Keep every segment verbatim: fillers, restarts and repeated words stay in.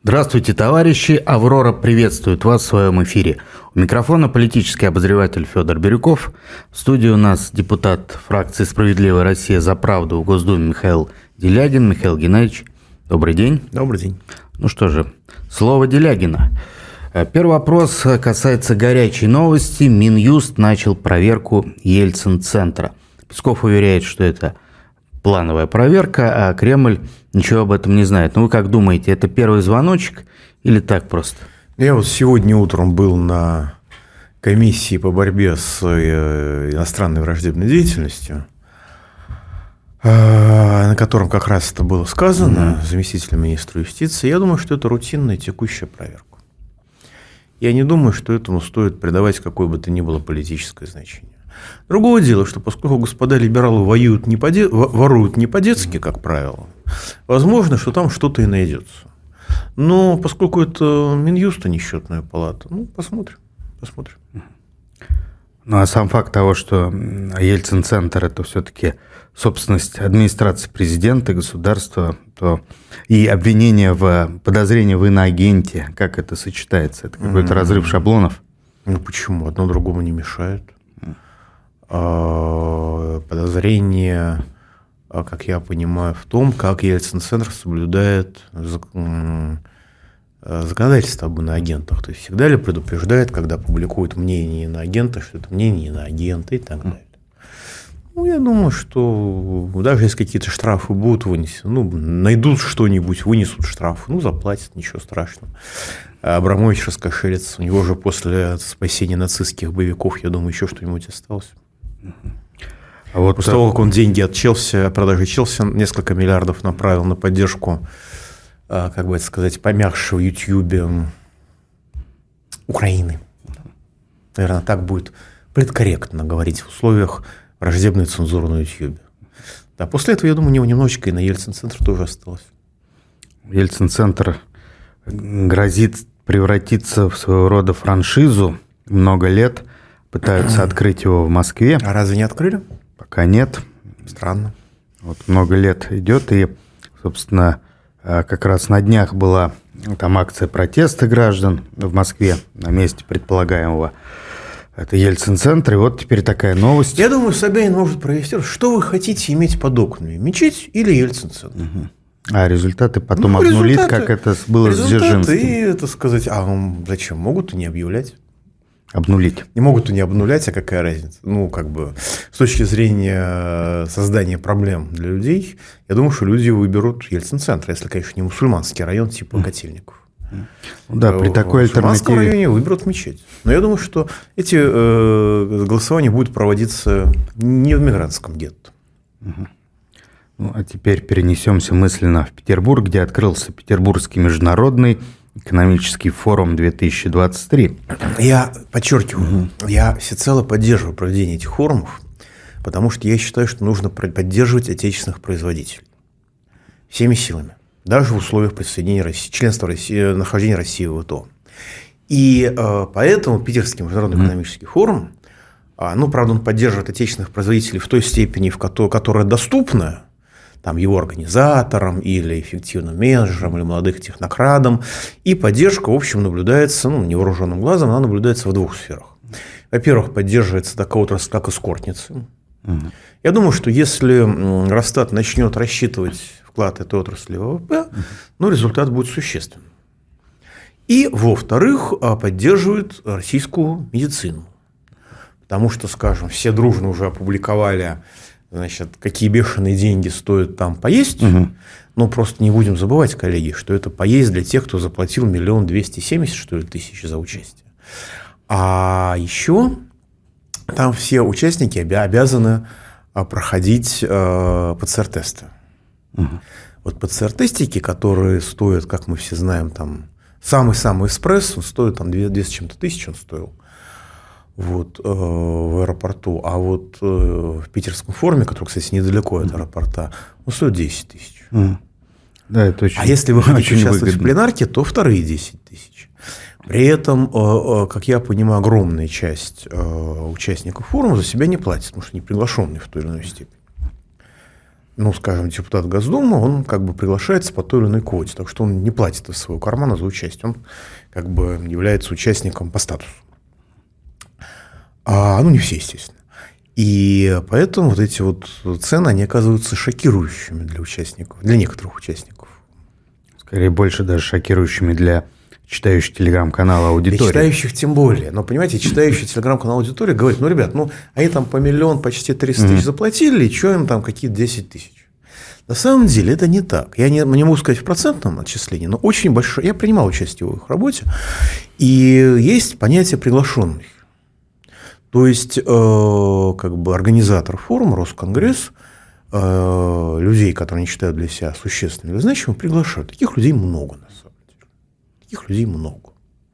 Здравствуйте, товарищи! «Аврора» приветствует вас в своем эфире. У микрофона политический обозреватель Федор Бирюков. В студии у нас депутат фракции «Справедливая Россия за правду» в Госдуме Михаил Делягин. Михаил Геннадьевич, добрый день. Добрый день. Ну что же, слово Делягина. Первый вопрос касается горячей новости. Минюст начал проверку Ельцин-центра. Песков уверяет, что это плановая проверка, а Кремль ничего об этом не знает. Ну вы как думаете, это первый звоночек или так просто? Я вот сегодня утром был на комиссии по борьбе с иностранной враждебной деятельностью, на котором как раз это было сказано mm-hmm. заместителем министра юстиции. Я думаю, что это рутинная текущая проверка. Я не думаю, что этому стоит придавать какое бы то ни было политическое значение. Другое дело, что поскольку господа либералы воюют не по-де... воруют не по-детски, как правило, возможно, что там что-то и найдется. Но поскольку это Минюст, а не счетная палата, ну, посмотрим. посмотрим. Ну, а сам факт того, что Ельцин-центр – это все-таки собственность администрации президента, государства, то и обвинение в подозрении в иноагенте, как это сочетается? Это какой-то mm-hmm. разрыв шаблонов? Ну, почему? Одно другому не мешает. Подозрение, как я понимаю, в том, как Ельцин-центр соблюдает законодательство об иноагентах. То есть всегда ли предупреждает, когда публикует мнение иноагента, что это мнение иноагента и так далее. Ну, я думаю, что даже если какие-то штрафы будут вынесены, ну, найдут что-нибудь, вынесут штрафы, ну, заплатят, ничего страшного. Абрамович раскошелится, у него же после спасения нацистских боевиков, я думаю, еще что-нибудь осталось. А вот после так... того, как он деньги от Челси, от продажи Челси несколько миллиардов направил на поддержку, как бы это сказать, помягче в Ютьюбе Украины. Наверное, так будет политкорректно говорить в условиях враждебной цензуры на Ютьюбе. Да, после этого, я думаю, у него немножечко и на Ельцин-центр тоже осталось. Ельцин-центр грозит превратиться в своего рода франшизу. Много лет пытаются открыть его в Москве. А разве не открыли? Пока нет. Странно. Вот много лет идет, и, собственно, как раз на днях была там акция протеста граждан в Москве на месте предполагаемого. Это Ельцин-центр, и вот теперь такая новость. Я думаю, Собянин может провести, что вы хотите иметь под окнами, мечеть или Ельцин-центр? Угу. А результаты потом ну, обнулит, результаты, как это было с Дзержинским. И это сказать, а зачем? Могут и не объявлять. Обнулить. Не могут и не обнулять, а какая разница? Ну, как бы, с точки зрения создания проблем для людей, я думаю, что люди выберут Ельцин-центр, если, конечно, не мусульманский район типа Котельников. Да, при такой альтернативе. В мусульманском районе выберут мечеть. Но я думаю, что эти э, голосования будут проводиться не в мигрантском гетто. Угу. Ну, а теперь перенесемся мысленно в Петербург, где открылся Петербургский международный экономический форум две тысячи двадцать три. Я подчеркиваю, угу. я всецело поддерживаю проведение этих форумов, потому что я считаю, что нужно поддерживать отечественных производителей всеми силами, даже в условиях присоединения России, членства России, нахождения России в ВТО. И э, поэтому Питерский международный угу. экономический форум, э, ну, правда, он поддерживает отечественных производителей в той степени, в которой, которая доступна, там, его организаторам или эффективным менеджерам, или молодых технократам. И поддержка, в общем, наблюдается, ну, невооруженным глазом, она наблюдается в двух сферах. Во-первых, поддерживается такая отрасль, как эскортницы. Угу. Я думаю, что если Росстат начнет рассчитывать вклад этой отрасли в ВВП, угу. ну, результат будет существенным. И, во-вторых, поддерживает российскую медицину. Потому что, скажем, все дружно уже опубликовали, значит, какие бешеные деньги стоит там поесть, угу. но просто не будем забывать, коллеги, что это поесть для тех, кто заплатил миллион двести семьдесят, что ли, тысяч за участие. А еще там все участники обязаны проходить ПЦР-тесты. Угу. Вот ПЦР-тестики, которые стоят, как мы все знаем, там самый-самый экспресс, он стоит там двести с чем-то тысяч, он стоил. Вот, э, в аэропорту, а вот э, в питерском форуме, который, кстати, недалеко от аэропорта, он стоит десять тысяч. Mm. Да, это очень, а если вы хотите участвовать выгодно. В пленарке, то вторые десять тысяч. При этом, э, э, как я понимаю, огромная часть э, участников форума за себя не платит, потому что не приглашенные в той или иной степени. ну, скажем, депутат Госдумы, он как бы приглашается по той или иной квоте, так что он не платит из своего кармана за участие, он как бы является участником по статусу. А, ну, не все, естественно. И поэтому вот эти вот цены, они оказываются шокирующими для участников, для некоторых участников. Скорее, больше даже шокирующими для читающих телеграм-канал аудитории. Для читающих тем более. Но, понимаете, читающий телеграм-канал аудитории говорит, ну, ребят, ну, они там по миллион, почти триста тысяч заплатили, и что им там какие-то десять тысяч? На самом деле это не так. Я не, не могу сказать в процентном отчислении, но очень большое. Я принимал участие в их работе, и есть понятие приглашенных. То есть, э, как бы организатор форума, Росконгресс, э, людей, которые не считают для себя существенными или значимыми, приглашают. Таких людей много, на самом деле. Таких людей много.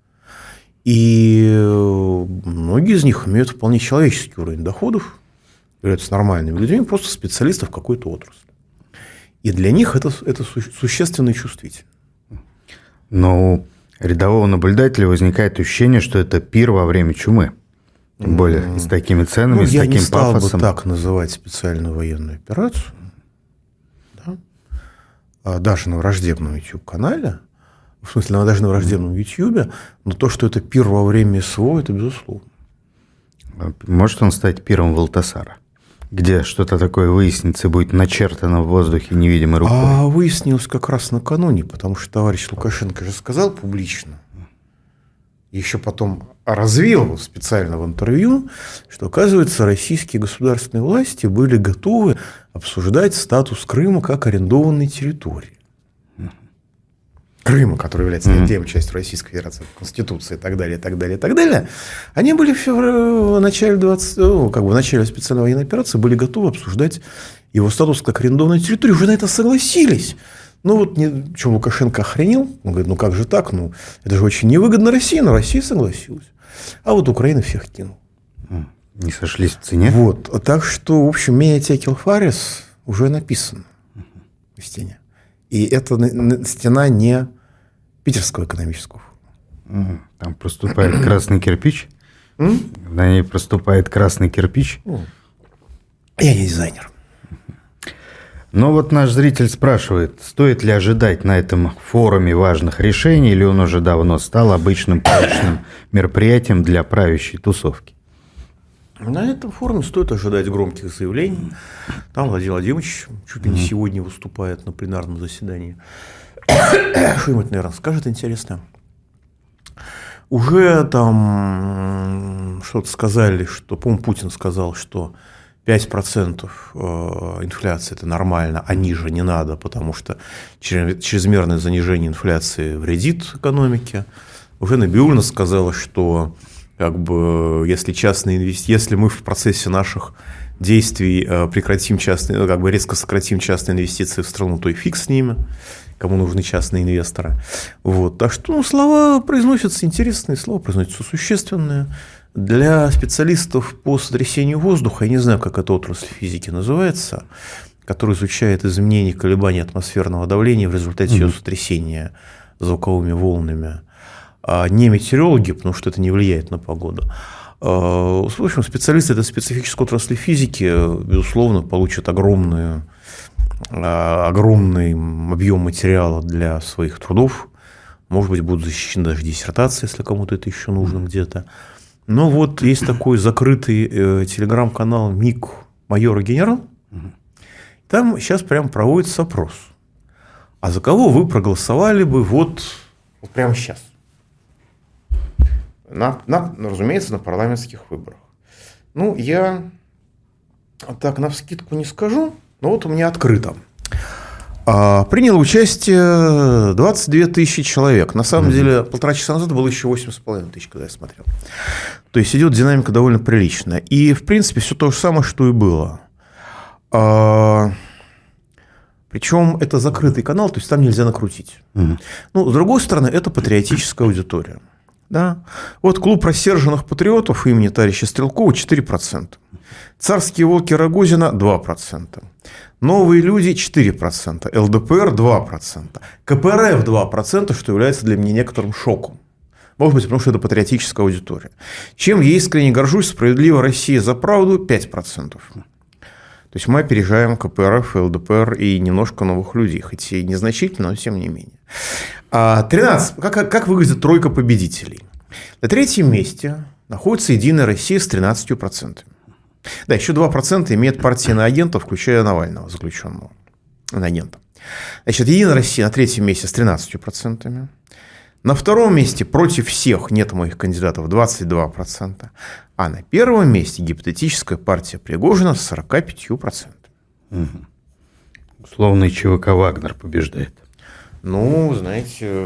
И многие из них имеют вполне человеческий уровень доходов, являются нормальными людьми, просто специалистов в какой-то отрасли. И для них это, это существенно и чувствительно. Но у рядового наблюдателя возникает ощущение, что это пир во время чумы. Тем более mm-hmm. с такими ценами, ну, с таким пафосом. Я не стал пафосом. бы так называть специальную военную операцию. Да? А даже на враждебном YouTube-канале, в смысле, даже на враждебном YouTube, но то, что это пир во время СВО, это безусловно. Может он стать пиром Валтасара, где что-то такое выяснится и будет начертано в воздухе невидимой рукой? А выяснилось как раз накануне, потому что товарищ Лукашенко же сказал публично, еще потом развил специально в интервью, что, оказывается, российские государственные власти были готовы обсуждать статус Крыма как арендованной территории. Крыма, который является неотъемлемой частью Российской Федерации, Конституции и так далее, и так далее, и так далее, они были в, феврале, в начале двадцатого, как бы в начале специальной военной операции были готовы обсуждать его статус как арендованной территории, уже на это согласились. Ну вот, не, что, Лукашенко охренел? Он говорит, ну как же так? Ну, это же очень невыгодно России, но Россия согласилась. А вот Украина всех кинула. Не сошлись в цене? Вот. Так что, в общем, «Мея текел фарис» уже написано в стене. И это стена не Питерского экономического форума. Там проступает красный кирпич? На ней проступает красный кирпич? Я не дизайнер. Но вот наш зритель спрашивает, стоит ли ожидать на этом форуме важных решений, или он уже давно стал обычным праздничным мероприятием для правящей тусовки? На этом форуме стоит ожидать громких заявлений. Там Владимир Владимирович чуть ли не сегодня выступает на пленарном заседании. Что-нибудь, наверное, скажет интересное. Уже там что-то сказали, что, по-моему, Путин сказал, что пять процентов инфляции – это нормально, а ниже не надо, потому что чрезмерное занижение инфляции вредит экономике. Уже Набиуллина сказала, что как бы, если, частные инвести... если мы в процессе наших действий прекратим частные, как бы резко сократим частные инвестиции в страну, то и фиг с ними, кому нужны частные инвесторы. Вот. Так что ну, слова произносятся интересные, слова произносятся существенные. Для специалистов по сотрясению воздуха, я не знаю, как эта отрасль физики называется, которая изучает изменение колебаний атмосферного давления в результате mm-hmm. ее сотрясения звуковыми волнами, а не метеорологи, потому что это не влияет на погоду. В общем, специалисты этой специфической отрасли физики, безусловно, получат огромную, огромный объем материала для своих трудов. Может быть, будут защищены даже диссертации, если кому-то это еще нужно mm-hmm. где-то. Но вот есть такой закрытый э, телеграм-канал МИГ майора генерал. Там сейчас прямо проводится опрос. А за кого вы проголосовали бы вот, вот прямо сейчас? На, на, разумеется, на парламентских выборах. Ну, я так навскидку не скажу, но вот у меня открыто. А, приняло участие двадцать две тысячи человек. На самом mm-hmm. деле, полтора часа назад было еще восемь с половиной тысяч, когда я смотрел. То есть, идет динамика довольно приличная. И, в принципе, все то же самое, что и было. А, причем, это закрытый канал, то есть, там нельзя накрутить. Mm-hmm. Ну, с другой стороны, это патриотическая аудитория. Да? Вот клуб рассерженных патриотов имени товарища Стрелкова четыре процента. Царские волки Рогозина два процента. Новые люди четыре процента, эл дэ пэ эр два процента, ка пэ эр эф два процента, что является для меня некоторым шоком. Может быть, потому что это патриотическая аудитория. Чем я искренне горжусь, справедливо Россия за правду пять процентов. То есть мы опережаем ка пэ эр эф, эл дэ пэ эр и немножко новых людей, хоть и незначительно, но тем не менее. тринадцать. Как, как выглядит тройка победителей? На третьем месте находится «Единая Россия» с тринадцатью процентами. Да, еще два процента имеет партия иноагентов, включая Навального, заключенного иноагента. Значит, «Единая Россия» на третьем месте с тринадцатью процентами. На втором месте против всех нет моих кандидатов двадцать два процента. А на первом месте гипотетическая партия Пригожина с сорок пять процентов. Угу. Условный ЧВК «Вагнер» побеждает. Ну, знаете,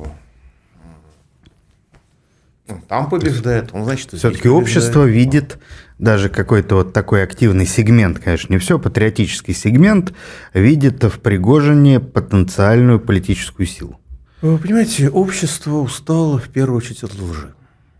там побеждает, он, значит, все-таки общество видит даже какой-то вот такой активный сегмент, конечно, не все, патриотический сегмент, видит в Пригожине потенциальную политическую силу. Вы понимаете, общество устало в первую очередь от лжи.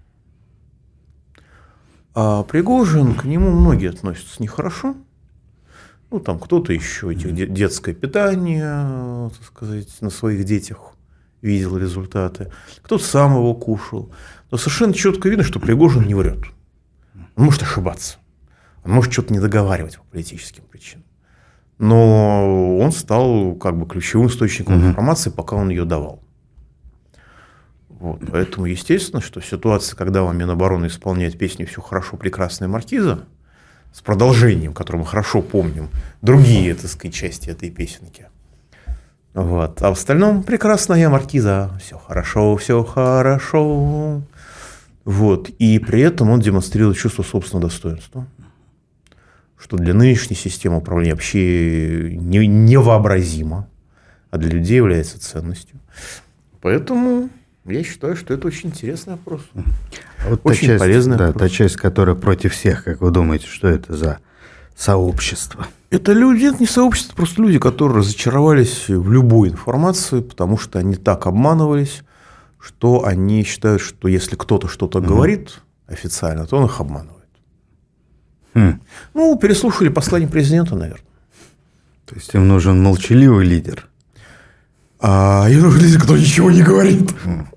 А Пригожин, к нему многие относятся нехорошо. Ну, там кто-то еще этих детское питание, так сказать, на своих детях видел результаты. Кто-то сам его кушал. Но совершенно четко видно, что Пригожин не врет. Он может ошибаться. Он может что-то не договаривать по политическим причинам. Но он стал как бы ключевым источником угу. информации, пока он ее давал. Вот. Поэтому, естественно, что в ситуации, когда вам Минобороны исполняет песню «Все хорошо, прекрасная маркиза», с продолжением, которое мы хорошо помним, другие, так сказать, части этой песенки. Вот. А в остальном прекрасная маркиза, все хорошо, все хорошо. Вот. И при этом он демонстрирует чувство собственного достоинства, что для нынешней системы управления вообще невообразимо, а для людей является ценностью. Поэтому я считаю, что это очень интересный вопрос. Вот очень часть, полезный да, вопрос. Та часть, которая против всех, как вы думаете, что это за сообщество? Это люди, это не сообщество, просто люди, которые разочаровались в любой информации, потому что они так обманывались, что они считают, что если кто-то что-то угу. говорит официально, то он их обманывает. Хм. Ну, переслушали послание президента, наверное. То есть им нужен молчаливый лидер. А им нужен лидер, кто ничего не говорит.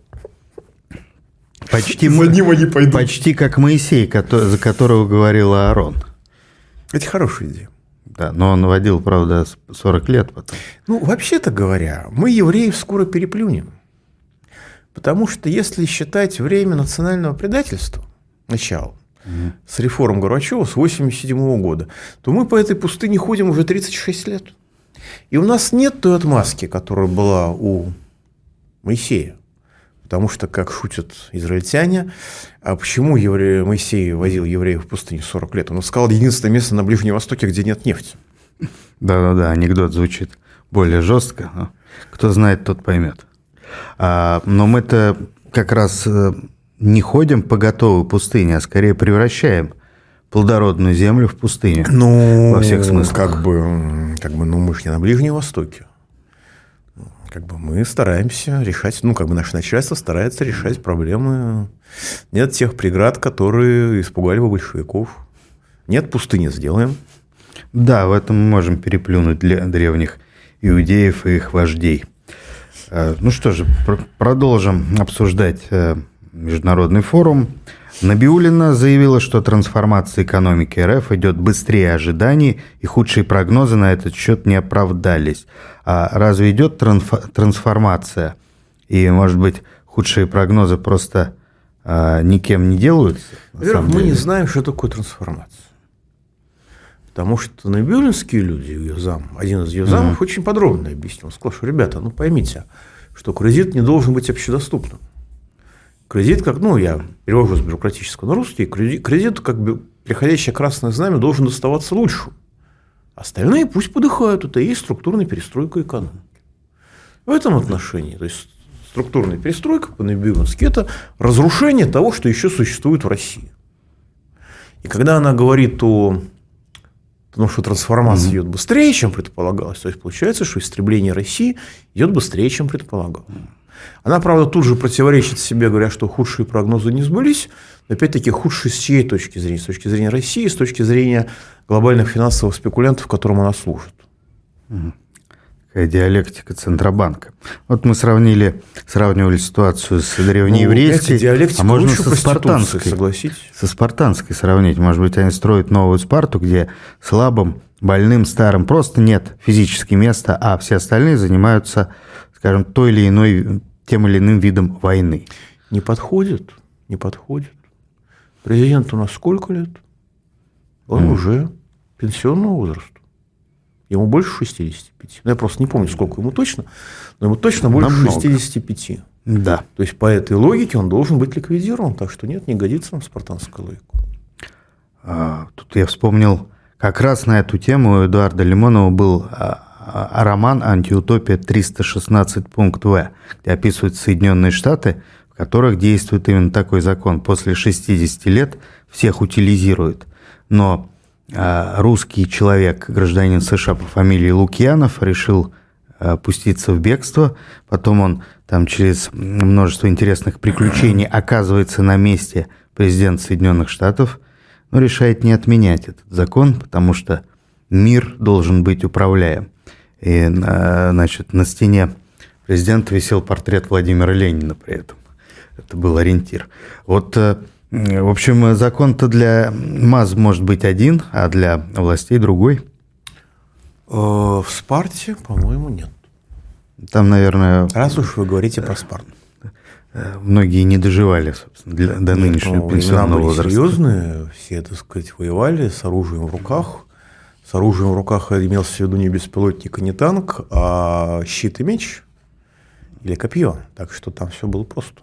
Почти, за ним они пойдут. Почти как Моисей, за которого говорил Аарон. Это хорошая идея. Да, но он водил, правда, сорок лет потом. Ну, вообще-то говоря, мы евреев скоро переплюнем. Потому что если считать время национального предательства, начало, угу. с реформ Горбачева с восемьдесят седьмого года, то мы по этой пустыне ходим уже тридцать шесть лет. И у нас нет той отмазки, которая была у Моисея. Потому что, как шутят израильтяне, а почему евре... Моисей возил евреев в пустыню сорок лет? Он искал единственное место на Ближнем Востоке, где нет нефти. Да-да-да, анекдот звучит более жестко. Но кто знает, тот поймет. А, но мы-то как раз не ходим по готовой пустыне, а скорее превращаем плодородную землю в пустыню. Ну, во всех смыслах. Как бы, как бы, ну, мы же не на Ближнем Востоке. Как бы мы стараемся решать, ну, как бы наше начальство старается решать проблемы. Нет тех преград, которые испугали бы большевиков. Нет пустыни, сделаем. Да, в этом мы можем переплюнуть для древних иудеев и их вождей. Ну что же, продолжим обсуждать международный форум. Набиуллина заявила, что трансформация экономики эр эф идет быстрее ожиданий, и худшие прогнозы на этот счет не оправдались. А разве идет трансформация? И, может быть, худшие прогнозы просто а, никем не делаются? Во-первых, мы не знаем, что такое трансформация. Потому что набиуллинские люди, ее зам, один из ее замов, mm-hmm. очень подробно объяснил. Он сказал, что, ребята, ну поймите, что кредит не должен быть общедоступным. Кредит, как, ну, я перевожу с бюрократического на русский, кредит, кредит, как бы приходящее красное знамя, должен доставаться лучше. Остальные пусть подыхают, это и есть структурная перестройка экономики. В этом отношении, то есть структурная перестройка по-набиуллински – это разрушение того, что еще существует в России. И когда она говорит о том, что трансформация mm-hmm. идет быстрее, чем предполагалось, то есть получается, что истребление России идет быстрее, чем предполагалось. Она, правда, тут же противоречит себе, говоря, что худшие прогнозы не сбылись. Но, опять-таки, худшие с чьей точки зрения? С точки зрения России, с точки зрения глобальных финансовых спекулянтов, которым она служит. Такая диалектика Центробанка. Вот мы сравнили, сравнивали ситуацию с древнееврейской, ну, а можно со спартанской. Согласитесь? Со спартанской сравнить. Может быть, они строят новую Спарту, где слабым больным, старым просто нет физически места, а все остальные занимаются, скажем, той или иной, тем или иным видом войны. Не подходит, не подходит. Президент у нас сколько лет? Он mm. уже пенсионного возраста. Ему больше шестидесяти пяти. Ну, я просто не помню, сколько ему точно, но ему точно больше Намного. шестидесяти пяти. Да. То есть, по этой логике он должен быть ликвидирован. Так что нет, не годится нам спартанская логика. А, тут я вспомнил, как раз на эту тему у Эдуарда Лимонова был а, а, роман «Антиутопия триста шестнадцать пункт В», где описывают Соединенные Штаты, в которых действует именно такой закон. После шестидесяти лет всех утилизируют. Но а, русский человек, гражданин США по фамилии Лукьянов, решил а, пуститься в бегство. Потом он там через множество интересных приключений оказывается на месте президента Соединенных Штатов, но решает не отменять этот закон, потому что мир должен быть управляем. И, значит, на стене президента висел портрет Владимира Ленина при этом. Это был ориентир. Вот, в общем, закон-то для масс может быть один, а для властей другой. В Спарте, по-моему, нет. Там, наверное... Раз уж вы говорите про Спарту. Многие не доживали, собственно, для, до Нет, нынешнего ну, пенсионного возраста. Серьезные, все, так сказать, воевали с оружием в руках. С оружием в руках имелся в виду не беспилотник и не танк, а щит и меч или копье. Так что там все было просто.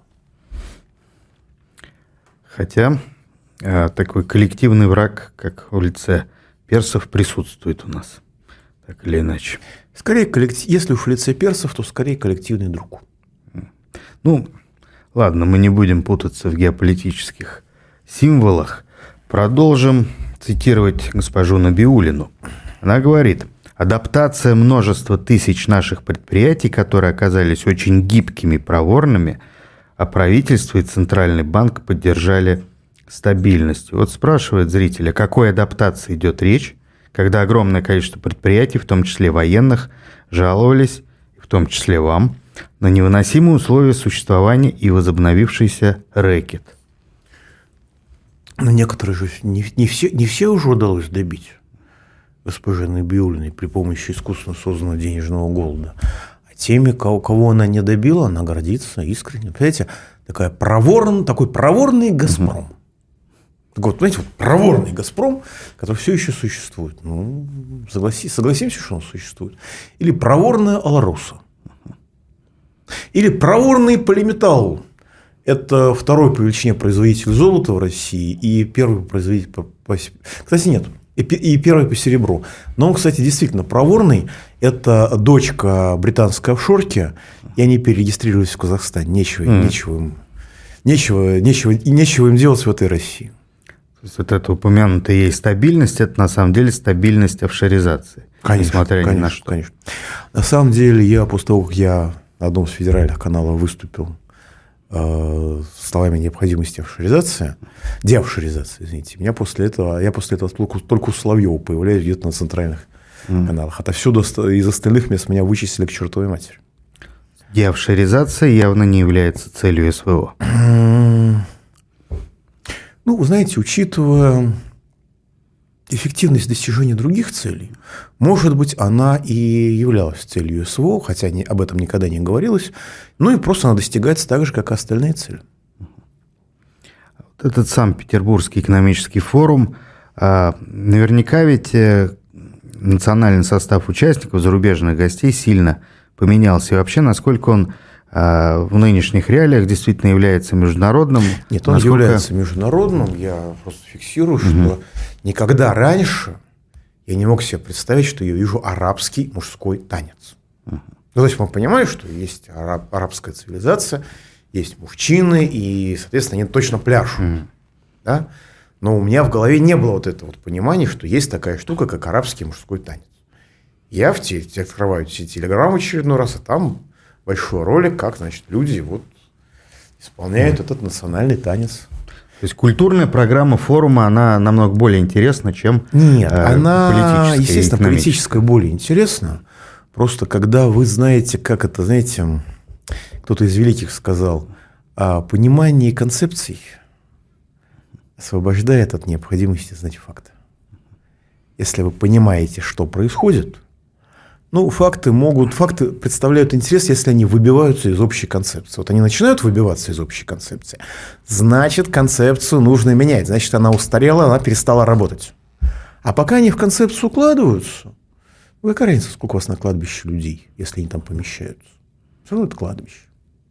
Хотя такой коллективный враг, как в лице персов, присутствует у нас. Так или иначе. Скорее, коллектив... если уж в лице персов, то скорее коллективный друг. Ну, ладно, мы не будем путаться в геополитических символах. Продолжим цитировать госпожу Набиуллину. Она говорит: адаптация множества тысяч наших предприятий, которые оказались очень гибкими и проворными, а правительство и Центральный банк поддержали стабильность. Вот спрашивает зритель, о какой адаптации идет речь, когда огромное количество предприятий, в том числе военных, жаловались, в том числе вам, на невыносимые условия существования и возобновившийся рэкет. Но некоторые же не, не, все, не все уже удалось добить госпоже Набиуллиной при помощи искусственно созданного денежного голода. А теми, кого, кого она не добила, она гордится искренне. Понимаете, такая проворный, такой проворный «Газпром». Mm-hmm. Так вот, знаете, вот проворный «Газпром», который все еще существует. Ну, согласи, согласимся, что он существует. Или проворная «Аларуса». Или проворный «Полиметалл». Это второй по величине производитель золота в России и первый производитель по... Кстати, нет, и первый по серебру. Но он, кстати, действительно проворный. Это дочка британской офшорки, и они перерегистрировались в Казахстане. Нечего, mm. нечего, им, нечего, нечего, и нечего им делать в этой России. То есть, вот это упомянутая ей стабильность, это на самом деле стабильность офшоризации. Конечно, несмотря конечно, ни на что. Конечно. На самом деле, я после того, как я на одном из федеральных каналов выступил э, словами необходимости офшоризации, деофшоризации, извините, меня после этого, я после этого только, только у Соловьева появляюсь где-то на центральных mm. каналах. Отовсюду из остальных мест меня вычислили к чертовой матери. Деофшоризация явно не является целью СВО. Ну, вы знаете, учитывая эффективность достижения других целей, может быть, она и являлась целью СВО, хотя не, об этом никогда не говорилось, ну и просто она достигается так же, как и остальные цели. Вот этот сам Петербургский экономический форум, наверняка ведь национальный состав участников, зарубежных гостей сильно поменялся. И вообще, насколько он в нынешних реалиях действительно является международным? Нет, он насколько... является международным. Я просто фиксирую, угу. что никогда раньше я не мог себе представить, что я вижу арабский мужской танец. Угу. Ну, то есть мы понимаем, что есть араб, арабская цивилизация, есть мужчины, и, соответственно, они точно пляшут. Угу. Да? Но у меня в голове не было вот этого вот понимания, что есть такая штука, как арабский мужской танец. Я в те, открываю те телеграммы очередной раз, а там большой ролик, как, значит, люди вот исполняют mm. этот национальный танец. То есть культурная программа форума, она намного более интересна, чем Нет, э, она, политическая, естественно, политическая более интересна. Просто когда вы знаете, как это, знаете, кто-то из великих сказал, понимание концепций освобождает от необходимости знать факты. если вы понимаете, что происходит, ну, факты могут, факты представляют интерес, если они выбиваются из общей концепции. Вот они начинают выбиваться из общей концепции, значит, концепцию нужно менять, значит, она устарела, она перестала работать. А пока они в концепцию укладываются, ну, какая разница, сколько у вас на кладбище людей, если они там помещаются? Все равно это кладбище.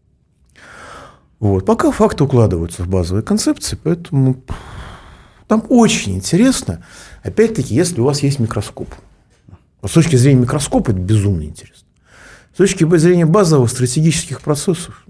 Вот. Пока факты укладываются в базовые концепции, поэтому там очень интересно, опять-таки, если у вас есть микроскоп. С точки зрения микроскопа это безумно интересно. С точки зрения базовых стратегических процессов,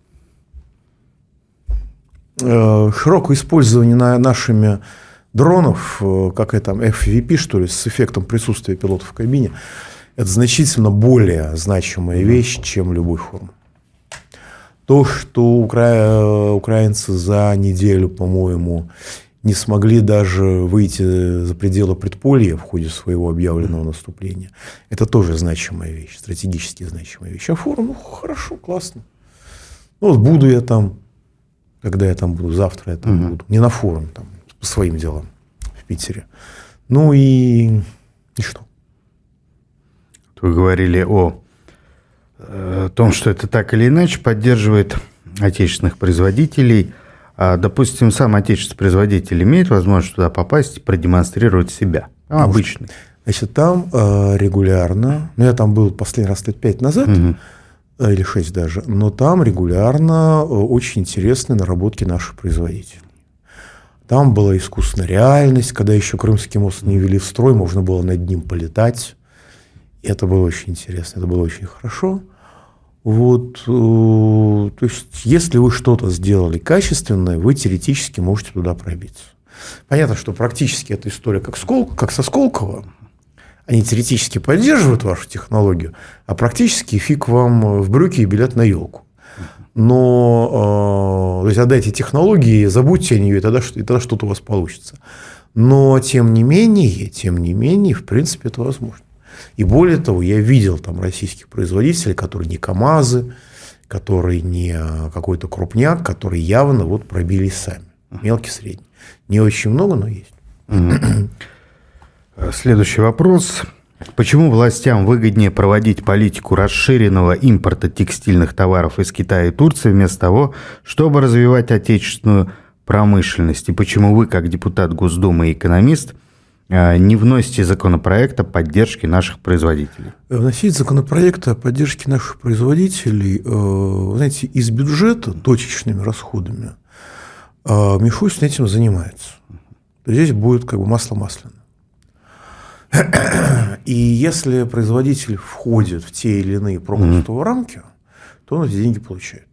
широкое использование нашими дронов, как там эф ви пи, что ли, с эффектом присутствия пилота в кабине, это значительно более значимая вещь, чем любой форум. То, что укра... украинцы за неделю, по-моему, не смогли даже выйти за пределы предполья в ходе своего объявленного наступления, это тоже значимая вещь, стратегически значимая вещь. А форум, ну, хорошо, классно. Ну, вот буду я там, когда я там буду, завтра я там угу. буду. Не на форуме, там, по своим делам в Питере. Ну и, и что? Вы говорили о, о том, что это так или иначе поддерживает отечественных производителей. А, допустим, сам отечественный производитель имеет возможность туда попасть и продемонстрировать себя? Там Может, обычно. Значит, там э, регулярно, ну, я там был последний раз лет пять назад, угу. э, или шесть даже, но там регулярно э, очень интересные наработки наших производителей. Там была искусственная реальность, когда еще Крымский мост не ввели в строй, можно было над ним полетать. И это было очень интересно, это было очень хорошо. Вот, э, то есть, если вы что-то сделали качественное, вы теоретически можете туда пробиться. Понятно, что практически эта история как, Скол, как со Сколково. Они теоретически поддерживают вашу технологию, а практически фиг вам в брюки и билет на елку. Но, э, то есть, отдайте технологии, забудьте о нее, и тогда, и тогда что-то у вас получится. Но, тем не менее, тем не менее, в принципе, это возможно. И более того, я видел там российских производителей, которые не КАМАЗы, которые не какой-то крупняк, которые явно вот пробились сами. Мелкий, средний. Не очень много, но есть. Следующий вопрос. Почему властям выгоднее проводить политику расширенного импорта текстильных товаров из Китая и Турции вместо того, чтобы развивать отечественную промышленность? И почему вы, как депутат Госдумы и экономист, не вносите законопроект о поддержке наших производителей? Вносить законопроект о поддержке наших производителей, знаете, из бюджета точечными расходами Мишустин этим занимается. Здесь будет как бы масло масляное. И если производитель входит в те или иные промысловые mm-hmm. рамки, то он эти деньги получает.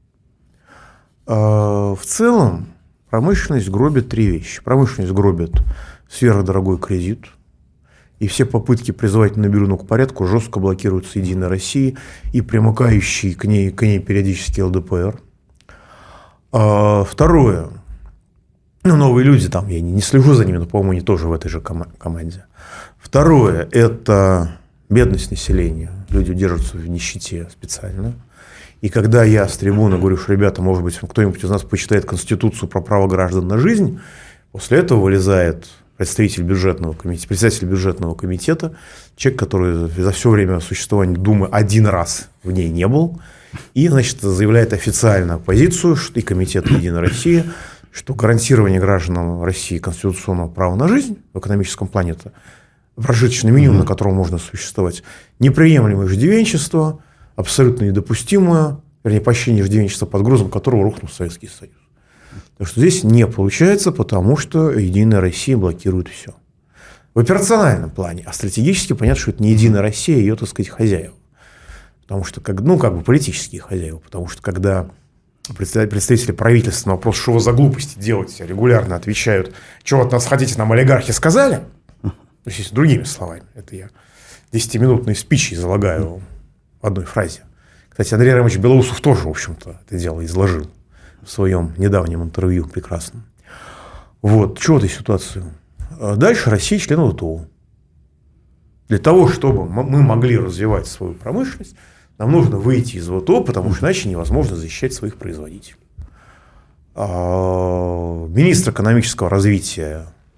В целом промышленность гробит три вещи. Промышленность гробит сверхдорогой кредит, и все попытки призвать Набиуллину к порядку жестко блокируются Единой Россией и примыкающей к ней, к ней периодически эл дэ пэ эр. А, второе. Ну, новые люди там, я не, не слежу за ними, но, по-моему, они тоже в этой же ком- команде. Второе – это бедность населения. Люди держатся в нищете специально. И когда я с трибуны говорю, что, ребята, может быть, кто-нибудь из нас почитает Конституцию про право граждан на жизнь, после этого вылезает представитель бюджетного комитета, председатель бюджетного комитета, человек, который за все время существования Думы один раз в ней не был, и, значит, заявляет официально позицию, что и комитет Единой России, что гарантирование гражданам России конституционного права на жизнь в экономическом плане это прожиточный минимум, mm-hmm. на котором можно существовать, неприемлемое иждивенчество, абсолютно недопустимое, вернее, почти иждивенчество, под грузом которого рухнул Советский Союз. Так что здесь не получается, потому что Единая Россия блокирует все. В операциональном плане, а стратегически понятно, что это не Единая Россия, ее, так сказать, хозяева. Потому что, как, ну, как бы политические хозяева, потому что когда представители правительства на вопрос, что вы за глупости делаете, регулярно отвечают, что от нас хотите, нам олигархи сказали, то есть, другими словами, это я десятиминутные спичи излагаю в одной фразе. Кстати, Андрей Романович Белоусов тоже, в общем-то, это дело изложил в своем недавнем интервью прекрасном. Вот, что в этой ситуации? Дальше Россия член вэ тэ о. Для того, чтобы мы могли развивать свою промышленность, нам нужно выйти из вэ тэ о, потому что иначе невозможно защищать своих производителей. Министр экономического развития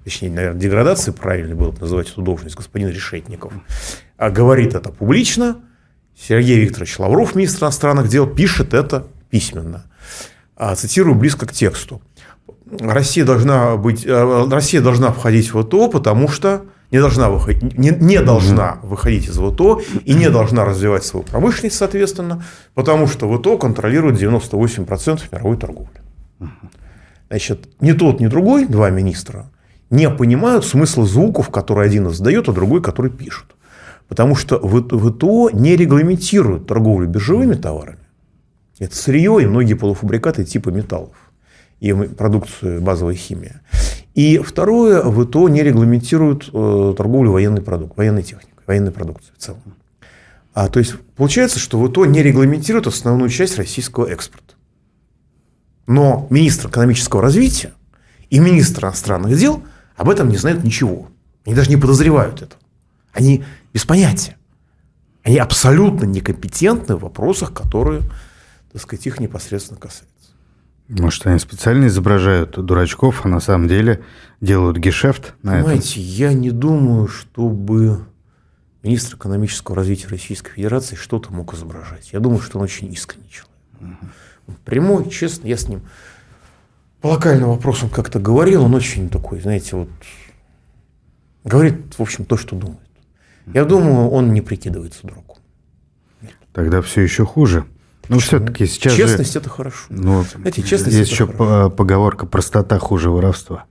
точнее, наверное, деградации правильно было бы называть эту должность, господин Решетников, а говорит это публично. Сергей Викторович Лавров, министр иностранных дел, пишет это письменно. А, цитирую близко к тексту. Россия должна, быть, Россия должна входить в ВТО, потому что не должна, выходить, не, не должна выходить из ВТО и не должна развивать свою промышленность, соответственно, потому что ВТО контролирует девяносто восемь процентов мировой торговли. Значит, ни тот, ни другой, два министра, не понимают смысла звуков, которые один издает, а другой, который пишет. Потому что ВТО не регламентирует торговлю биржевыми товарами. Это сырье и многие полуфабрикаты типа металлов и продукцию базовой химии. И второе, ВТО не регламентирует э, торговлю военной, продук... военной техникой, военной продукцией в целом. А, то есть получается, что ВТО не регламентирует основную часть российского экспорта. Но министр экономического развития и министр иностранных дел об этом не знают ничего. Они даже не подозревают это. Они без понятия. Они абсолютно некомпетентны в вопросах, которые, так сказать, их непосредственно касаются. Может, они специально изображают дурачков, а на самом деле делают гешефт на Понимаете, этом? Я не думаю, чтобы министр экономического развития Российской Федерации что-то мог изображать. Я думаю, что он очень искренний человек. Угу. Прямой, честно, я с ним по локальным вопросам как-то говорил, он очень такой, знаете, вот говорит, в общем, то, что думает. Я думаю, он не прикидывается дураком. Тогда все еще хуже. Ну, все-таки сейчас честность же, – это хорошо. Ну, Знаете, честность есть это еще хорошо. Поговорка «простота хуже воровства».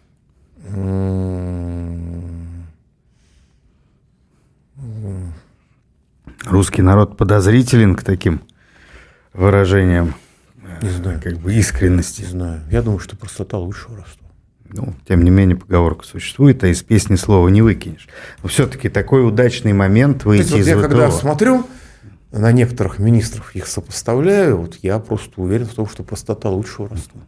Русский народ подозрителен к таким выражениям, не знаю, как бы искренности. Не знаю. Я думаю, что простота лучше воровства. Ну, тем не менее, поговорка существует, а из песни слова не выкинешь. Но все-таки такой удачный момент выйти вот из я ВТО. Когда смотрю на некоторых министров, их сопоставляю, вот я просто уверен в том, что простота лучше воровства.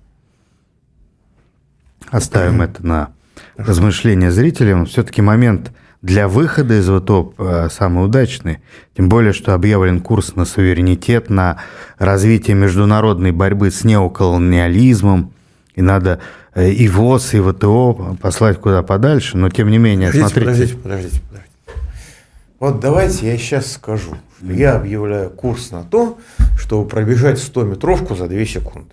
Оставим это на размышления зрителям. Все-таки момент для выхода из ВТО самый удачный. Тем более, что объявлен курс на суверенитет, на развитие международной борьбы с неоколониализмом. И надо и ВОЗ, и ВТО послать куда подальше. Но, тем не менее, подождите, смотрите. Подождите, подождите, подождите. Вот давайте я сейчас скажу, что я объявляю курс на то, чтобы пробежать сто-метровку за две секунды.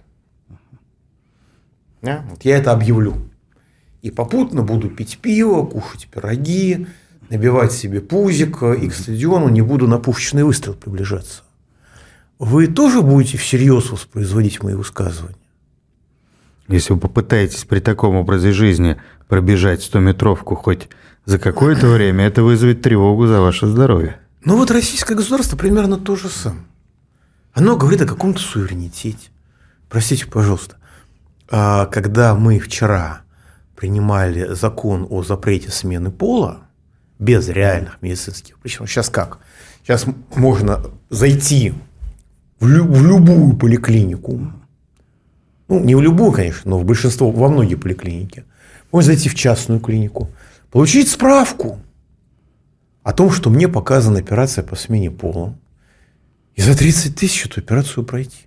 Да? Вот я это объявлю. И попутно буду пить пиво, кушать пироги, набивать себе пузик, и к стадиону не буду на пушечный выстрел приближаться. Вы тоже будете всерьез воспроизводить мои высказывания? Если вы попытаетесь при таком образе жизни пробежать сто-метровку хоть за какое-то время, это вызовет тревогу за ваше здоровье. Ну вот российское государство примерно то же самое. Оно говорит о каком-то суверенитете. Простите, пожалуйста, когда мы вчера принимали закон о запрете смены пола без реальных медицинских причин, сейчас как? Сейчас можно зайти в, лю- в любую поликлинику, ну не в любую, конечно, но в большинство, во многие поликлиники, можно зайти в частную клинику, получить справку о том, что мне показана операция по смене пола, и за тридцать тысяч эту операцию пройти.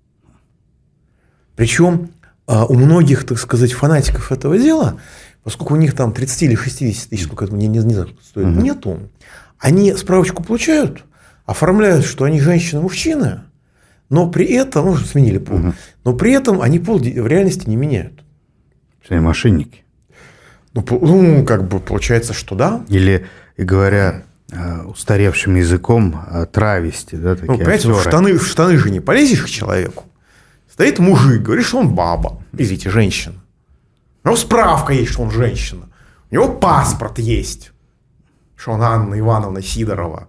Причем у многих, так сказать, фанатиков этого дела, поскольку у них там тридцать или шестьдесят тысяч, сколько это, не, не знаю, стоит, угу. нету, они справочку получают, оформляют, что они женщины-мужчины, но при этом, ну, сменили пол, угу. но при этом они пол в реальности не меняют. Все мошенники. Ну, ну, как бы получается, что да. Или, и говоря устаревшим языком, травести, да, такие. Ну, понимаете, в штаны, в штаны же не полезешь к человеку. Стоит мужик, говорит, что он баба, извините, женщина. У него справка есть, что он женщина. У него паспорт есть, что он Анна Ивановна Сидорова.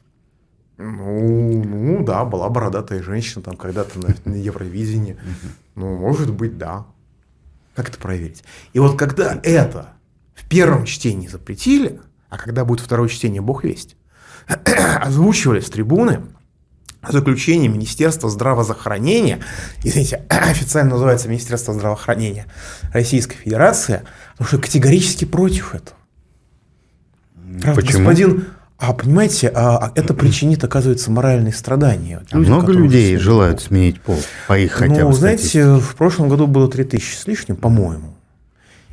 Ну, ну да, была бородатая женщина там когда-то на, на Евровидении. Ну, может быть, да. Как это проверить? И вот когда это в первом чтении запретили, а когда будет второе чтение, бог весть, озвучивали с трибуны заключение Министерства здравоохранения, извините, официально называется Министерство здравоохранения Российской Федерации, потому что категорически против этого. Правда, почему? Господин, а понимаете, а, это причинит, оказывается, моральные страдания. А люди, много людей желают сменить пол, по их хотя бы Ну, знаете, в прошлом году было три тысячи с лишним, по-моему.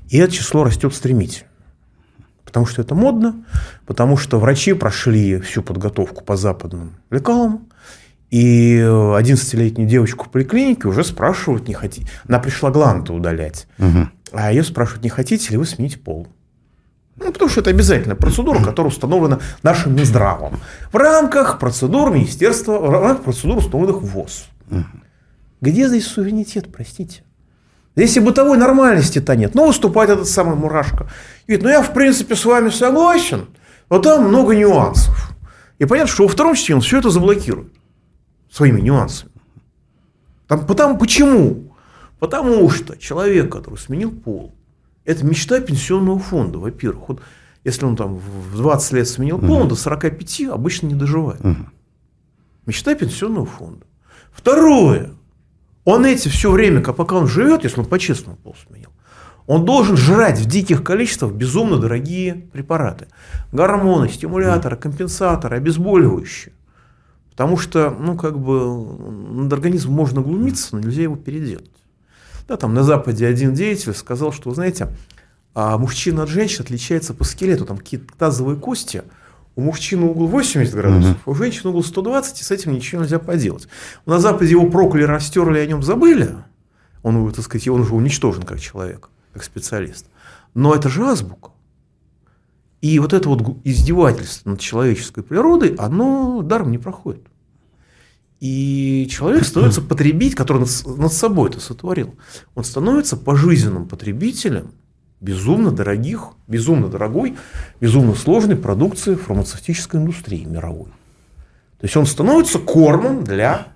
И это число растет стремительно. Потому что это модно, потому что врачи прошли всю подготовку по западным лекалам, и одиннадцатилетнюю девочку в поликлинике уже спрашивают, не хотите. Она пришла гланды удалять, угу. а ее спрашивают, не хотите ли вы сменить пол. Ну, потому что это обязательная процедура, которая установлена нашим Минздравом в рамках процедур Министерства, в рамках процедур, установленных в ВОЗ. Угу. Где здесь суверенитет, простите? Здесь и бытовой нормальности-то нет. Но выступает этот самый Мурашко. И говорит, ну я в принципе с вами согласен, но там много нюансов. И понятно, что во втором чтении он все это заблокирует своими нюансами. Там, потому, почему? Потому что человек, который сменил пол, это мечта пенсионного фонда, во-первых. Вот, если он там в двадцать лет сменил пол, он до сорока пяти обычно не доживает. Мечта пенсионного фонда. Второе. Он эти все время, пока он живет, если он по-честному пол сменил, он должен жрать в диких количествах безумно дорогие препараты. Гормоны, стимуляторы, компенсаторы, обезболивающие. Потому что, ну, как бы, над организмом можно глумиться, но нельзя его переделать. Да, там на Западе один деятель сказал, что, вы знаете, мужчина от женщин отличается по скелету, там какие-то тазовые кости. У мужчины угол восемьдесят градусов, uh-huh. у женщины угол сто двадцать, и с этим ничего нельзя поделать. На Западе его прокляли, растерли, о нем забыли. Он, так сказать, он уже уничтожен как человек, как специалист. Но это же азбука. И вот это вот издевательство над человеческой природой, оно даром не проходит. И человек становится потребителем, который над, над собой это сотворил. Он становится пожизненным потребителем безумно дорогих, безумно дорогой, безумно сложной продукции фармацевтической индустрии мировой. То есть он становится кормом для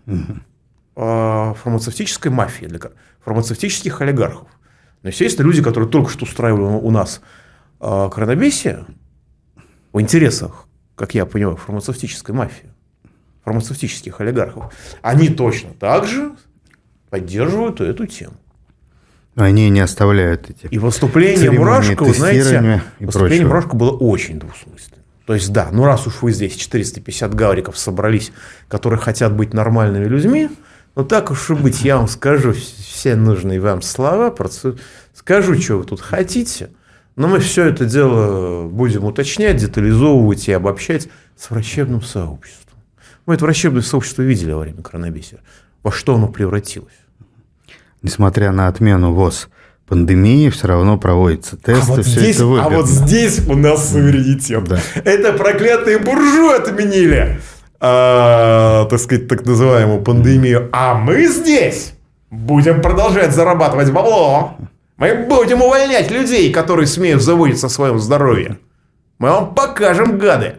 э, фармацевтической мафии, для фармацевтических олигархов. Но, естественно, люди, которые только что устраивали у нас э, коронабесие в интересах, как я понимаю, фармацевтической мафии, фармацевтических олигархов, они точно так же поддерживают эту тему. Они не оставляют эти. И выступление Мурашко, вы знаете, выступление Мурашко было очень двусмысленным. То есть, да, ну раз уж вы здесь четыреста пятьдесят гавриков собрались, которые хотят быть нормальными людьми, ну так уж и быть, я вам скажу все нужные вам слова, скажу, что вы тут хотите, но мы все это дело будем уточнять, детализовывать и обобщать с врачебным сообществом. Мы это врачебное сообщество видели во время коронабесия. Во что оно превратилось? Несмотря на отмену ВОЗ пандемии, все равно проводятся тесты. А вот, все здесь, это а вот здесь у нас суверенитет. Да. Это проклятые буржуи отменили, а, так сказать, так называемую пандемию. А мы здесь будем продолжать зарабатывать бабло. Мы будем увольнять людей, которые смеют заботиться о своем здоровье. Мы вам покажем, гады.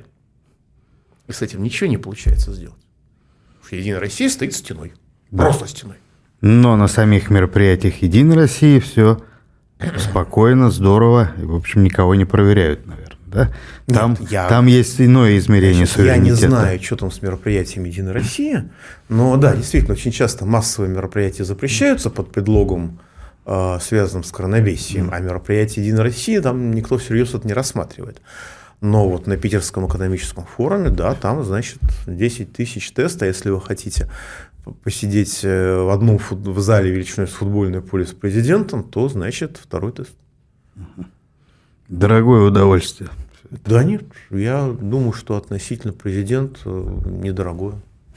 И с этим ничего не получается сделать. Потому что Единая Россия стоит стеной. Да. Просто стеной. Но на самих мероприятиях Единой России все спокойно, здорово. И, в общем, никого не проверяют, наверное. Да? Там, Нет, я... там есть иное измерение Значит, суверенитета. Я не знаю, что там с мероприятиями Единой России. Но да, действительно, очень часто массовые мероприятия запрещаются под предлогом, э, связанным с коронабесием. Mm. А мероприятия Единой России там никто всерьез это не рассматривает. Но вот на Питерском экономическом форуме, да, там, значит, десять тысяч тестов, если вы хотите посидеть в одном фут... в зале величиной с футбольное поле с президентом, то, значит, второй тест. Дорогое удовольствие. Да нет, я думаю, что относительно президента недорогое.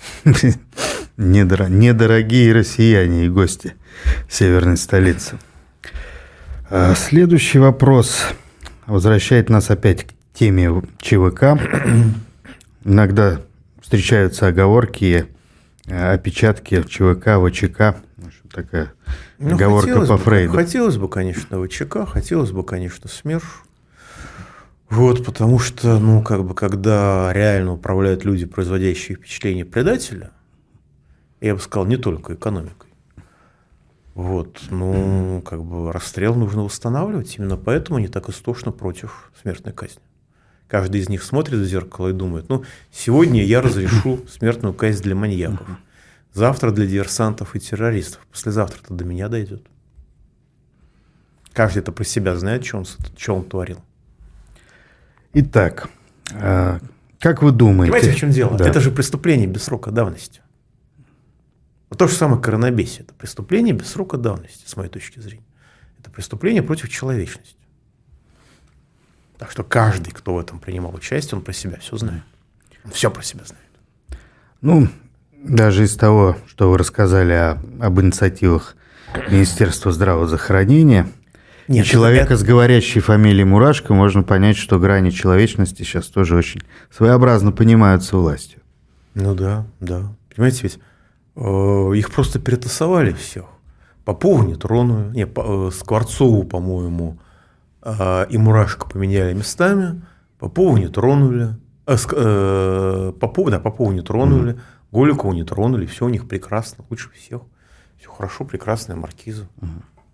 Недорогие россияне и гости северной столицы. Следующий вопрос возвращает нас опять к теме ЧВК. Иногда встречаются оговорки, опечатки в ЧВК, ВЧК. Такая ну, оговорка по бы, Фрейду. Хотелось бы, конечно, ВЧК, хотелось бы, конечно, СМЕРШ. Вот, потому что, ну, как бы, когда реально управляют люди, производящие впечатление предателя, я бы сказал, не только экономикой, вот, ну, как бы, расстрел нужно восстанавливать. Именно поэтому они так истошно против смертной казни. Каждый из них смотрит в зеркало и думает, ну, сегодня я разрешу смертную казнь для маньяков, завтра для диверсантов и террористов, послезавтра-то до меня дойдет. Каждый это про себя знает, что он, что он творил. Итак, как вы думаете? Понимаете, в чем дело? Да. Это же преступление без срока давности. То же самое коронабесие. Это преступление без срока давности, с моей точки зрения. Это преступление против человечности. Так что каждый, кто в этом принимал участие, он про себя все знает. Он все про себя знает. Ну, даже из того, что вы рассказали о, об инициативах Министерства здравоохранения, Нет, и человека это... с говорящей фамилией Мурашко, можно понять, что грани человечности сейчас тоже очень своеобразно понимаются властью. Ну да, да. Понимаете, ведь э, их просто перетасовали всех. Попову не тронули, не, по, э, Скворцову, по-моему, э, и Мурашко поменяли местами, Попову не тронули, э, э, Попов, да, Попову не тронули, mm-hmm. Голикову не тронули, все у них прекрасно, лучше всех. Все хорошо, прекрасная маркиза. Mm-hmm.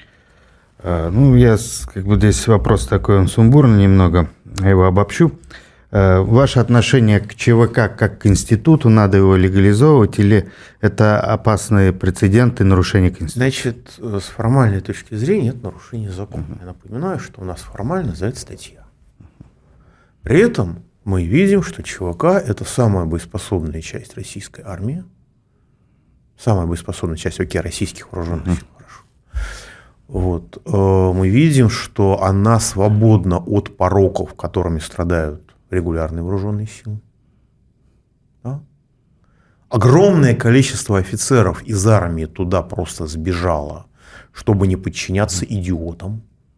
а, ну, я как бы здесь вопрос такой, он сумбурный немного, я его обобщу. Ваше отношение к ЧВК как к институту, надо его легализовывать, или это опасные прецеденты нарушения Конституции? Значит, с формальной точки зрения это нарушение закона. Uh-huh. Я напоминаю, что у нас формально за это статья. При этом мы видим, что ЧВК – это самая боеспособная часть российской армии, самая боеспособная часть окей, российских вооруженных сил. Uh-huh. Хорошо. Вот. Мы видим, что она свободна от пороков, которыми страдают регулярные вооруженные силы. Да? Огромное количество офицеров из армии туда просто сбежало, чтобы не подчиняться идиотам.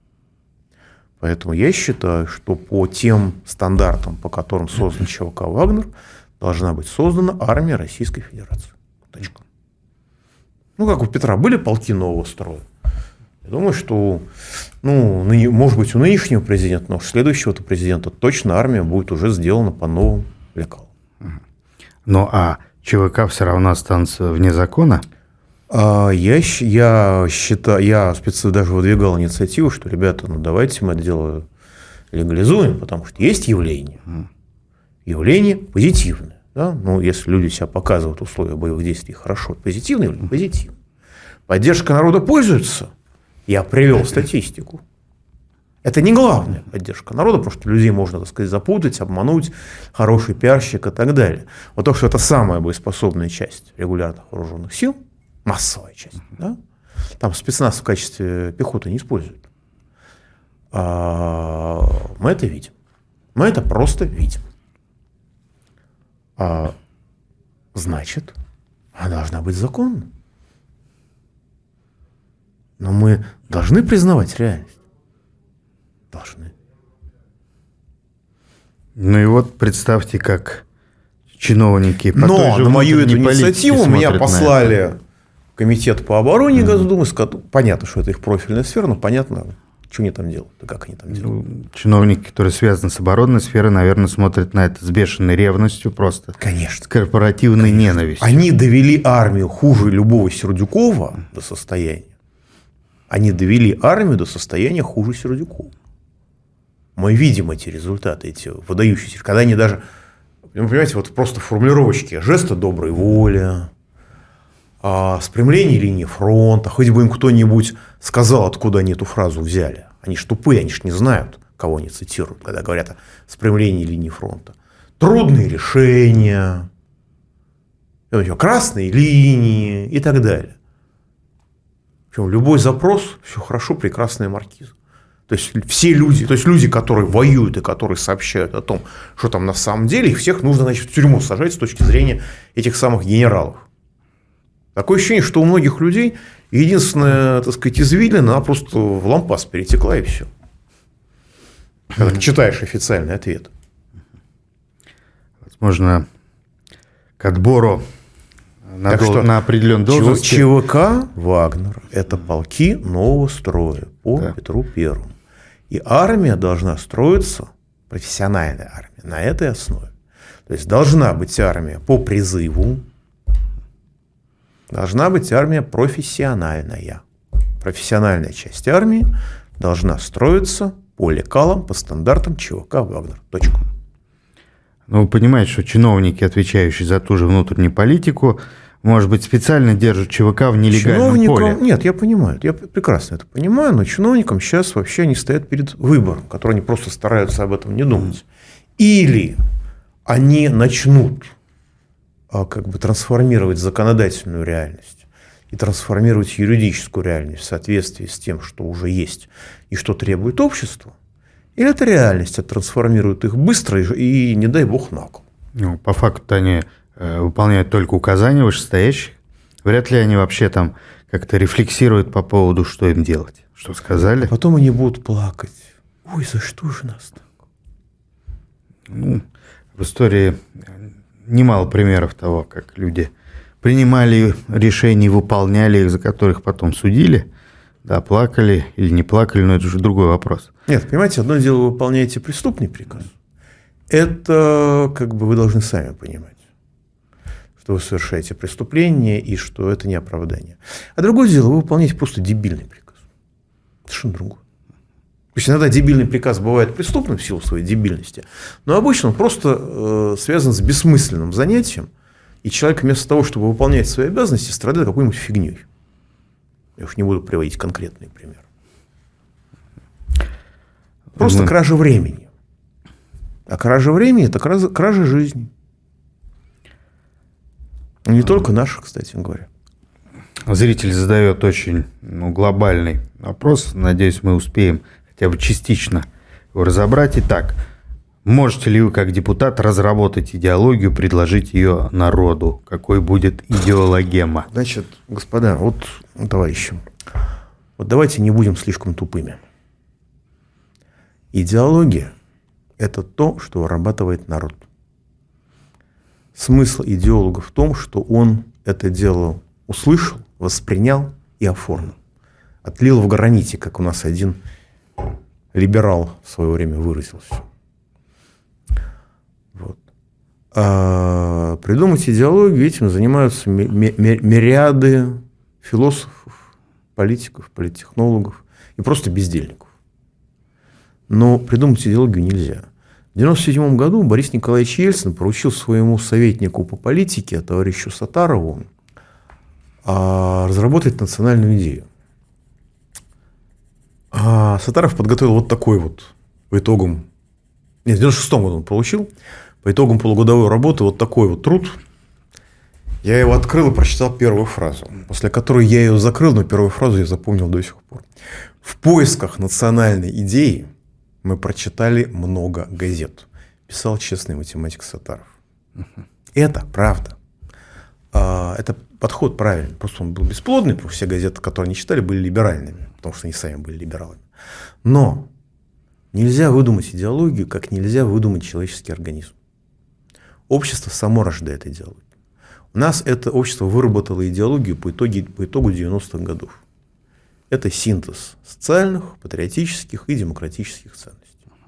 Поэтому я считаю, что по тем стандартам, по которым создан ЧВК «Вагнер», должна быть создана армия Российской Федерации. Точка. Ну, как у Петра были полки нового строя. Я думаю, что, ну, может быть, у нынешнего президента, но у следующего-то президента точно армия будет уже сделана по новым лекалам. Ну, а ЧВК все равно останется вне закона? А, я, я считаю, я специально даже выдвигал инициативу, что, ребята, ну, давайте мы это дело легализуем, потому что есть явление. Явление позитивное. Да? Ну, если люди себя показывают в условиях боевых действий хорошо, позитивное или позитивное. Поддержка народа пользуется. Я привел статистику. Это не главная поддержка народа, потому что людей можно, так сказать, запутать, обмануть, хороший пиарщик и так далее. Вот то, что это самая боеспособная часть регулярных вооруженных сил, массовая часть, да? Там спецназ в качестве пехоты не используют. А, мы это видим. Мы это просто видим. А, значит, она должна быть законна. Но мы должны признавать реальность. Должны. Ну и вот представьте, как чиновники по Но той же на мою эту инициативу меня на послали в комитет по обороне mm-hmm. Госдумы. Понятно, что это их профильная сфера, но понятно, что они там делают, и как они там делают. Ну, чиновники, которые связаны с оборонной сферой, наверное, смотрят на это с бешеной ревностью просто. Конечно. С корпоративной Конечно. ненавистью. Они довели армию хуже любого Сердюкова до состояния. Они довели армию до состояния хуже Сердюкова. Мы видим эти результаты, эти выдающиеся. Когда они даже, вы понимаете, вот просто формулировочки, жесты доброй воли, а, спрямление линии фронта, хоть бы им кто-нибудь сказал, откуда они эту фразу взяли. Они ж тупые, они ж не знают, кого они цитируют, когда говорят о спрямлении линии фронта. Трудные решения, красные линии и так далее. Любой запрос, все хорошо, прекрасная маркиза. То есть все люди, то есть люди, которые воюют и которые сообщают о том, что там на самом деле, их всех нужно, значит, в тюрьму сажать с точки зрения этих самых генералов. Такое ощущение, что у многих людей единственная, так сказать, извилина, она просто в лампас перетекла и все. Когда ты читаешь официальный ответ. Возможно, к отбору На, так дол- что на определенную должность. ЧВК «Вагнер» – это полки нового строя по да. Петру Первому. И армия должна строиться, профессиональная армия, на этой основе. То есть должна быть армия по призыву, должна быть армия профессиональная. Профессиональная часть армии должна строиться по лекалам, по стандартам ЧВК «Вагнер». Точка. Ну, вы понимаете, что чиновники, отвечающие за ту же внутреннюю политику, может быть, специально держат ЧВК в нелегальном поле. Нет, я понимаю, я прекрасно это понимаю, но чиновникам сейчас вообще они стоят перед выбором, который они просто стараются об этом не думать. Или они начнут как бы трансформировать законодательную реальность и и трансформировать юридическую реальность в соответствии с тем, что уже есть и что требует общество, или эта реальность трансформирует их быстро и, и не дай бог, на кол. Ну, по факту они э, выполняют только указания вышестоящих. Вряд ли они вообще там как-то рефлексируют по поводу, что им делать, что сказали. А потом они будут плакать. Ой, за что же нас так? Ну, в истории немало примеров того, как люди принимали решения, выполняли их, за которых потом судили. Да, плакали или не плакали, но это уже другой вопрос. Нет, понимаете, одно дело, вы выполняете преступный приказ. Это как бы вы должны сами понимать, что вы совершаете преступление и что это не оправдание. А другое дело, вы выполняете просто дебильный приказ. Совершенно другое. То есть иногда дебильный приказ бывает преступным в силу своей дебильности, но обычно он просто э, связан с бессмысленным занятием, и человек вместо того, чтобы выполнять свои обязанности, страдает какой-нибудь фигней. Я уж не буду приводить конкретный пример. Просто Мы... кража времени. А кража времени – это кража, кража жизни. Не только наших, кстати говоря. Зритель задает очень ну, глобальный вопрос. Надеюсь, мы успеем хотя бы частично его разобрать. Итак, можете ли вы, как депутат, разработать идеологию, предложить ее народу? Какой будет идеологема? Значит, господа, вот, товарищи, вот давайте не будем слишком тупыми. Идеология – это то, что вырабатывает народ. Смысл идеолога в том, что он это дело услышал, воспринял и оформил. Отлил в граните, как у нас один либерал в свое время выразился. Вот. А придумать идеологию, этим занимаются мириады философов, политиков, политтехнологов и просто бездельников. Но придумать идеологию нельзя. В девяносто седьмом году Борис Николаевич Ельцин поручил своему советнику по политике, товарищу Сатарову, разработать национальную идею. А Сатаров подготовил вот такой вот по итогам, нет, в девяносто шестом году он получил, по итогам полугодовой работы вот такой вот труд. Я его открыл и прочитал первую фразу, после которой я ее закрыл, но первую фразу я запомнил до сих пор. В поисках национальной идеи мы прочитали много газет, писал честный математик Сатаров. Это правда. Это подход правильный. Просто он был бесплодный, потому что все газеты, которые они читали, были либеральными, потому что они сами были либералами. Но нельзя выдумать идеологию, как нельзя выдумать человеческий организм. Общество само рождает идеологию. У нас это общество выработало идеологию по, итоге, по итогу девяностых годов. Это синтез социальных, патриотических и демократических ценностей.